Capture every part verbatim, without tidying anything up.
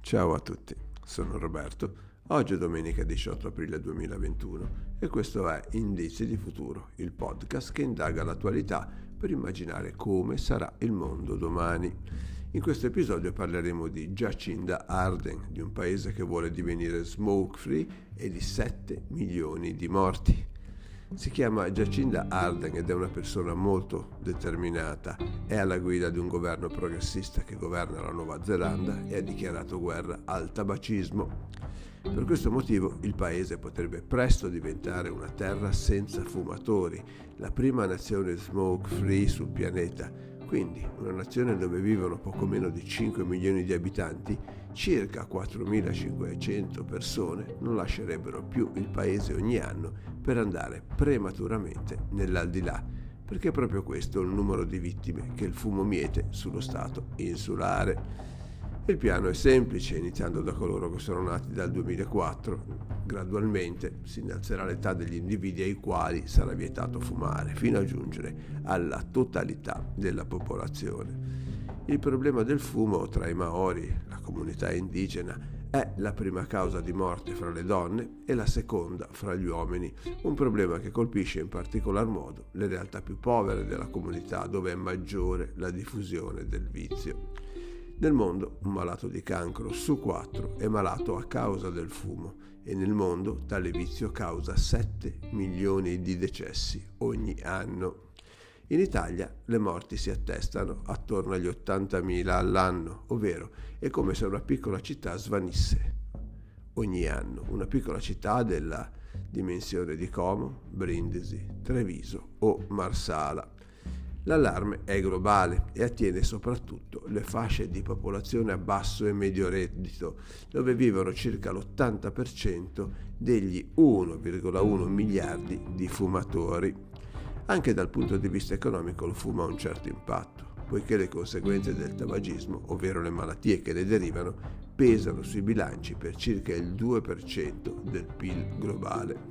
Ciao a tutti, sono Roberto. Oggi è domenica diciotto aprile duemilaventuno e questo è Indizi di Futuro, il podcast che indaga l'attualità per immaginare come sarà il mondo domani. In questo episodio parleremo di Jacinda Ardern, di un paese che vuole divenire smoke free e di sette milioni di morti. Si chiama Jacinda Ardern ed è una persona molto determinata, è alla guida di un governo progressista che governa la Nuova Zelanda e ha dichiarato guerra al tabacismo. Per questo motivo il paese potrebbe presto diventare una terra senza fumatori, la prima nazione smoke free sul pianeta. Quindi una nazione dove vivono poco meno di cinque milioni di abitanti, circa quattromilacinquecento persone non lascerebbero più il paese ogni anno per andare prematuramente nell'aldilà, perché è proprio questo il numero di vittime che il fumo miete sullo stato insulare. Il piano è semplice, iniziando da coloro che sono nati dal duemilaquattro, gradualmente si innalzerà l'età degli individui ai quali sarà vietato fumare, fino a giungere alla totalità della popolazione. Il problema del fumo tra i Maori, la comunità indigena, è la prima causa di morte fra le donne e la seconda fra gli uomini, un problema che colpisce in particolar modo le realtà più povere della comunità, dove è maggiore la diffusione del vizio. Nel mondo un malato di cancro su quattro è malato a causa del fumo e nel mondo tale vizio causa sette milioni di decessi ogni anno. In Italia le morti si attestano attorno agli ottantamila all'anno, ovvero è come se una piccola città svanisse ogni anno, una piccola città della dimensione di Como, Brindisi, Treviso o Marsala. L'allarme è globale e attiene soprattutto le fasce di popolazione a basso e medio reddito, dove vivono circa l'ottanta per cento degli uno virgola uno miliardi di fumatori. Anche dal punto di vista economico il fumo ha un certo impatto, poiché le conseguenze del tabagismo, ovvero le malattie che ne derivano, pesano sui bilanci per circa il due per cento del P I L globale.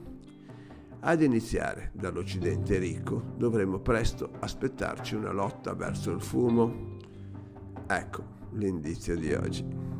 Ad iniziare dall'Occidente ricco, dovremo presto aspettarci una lotta verso il fumo? Ecco l'indizio di oggi.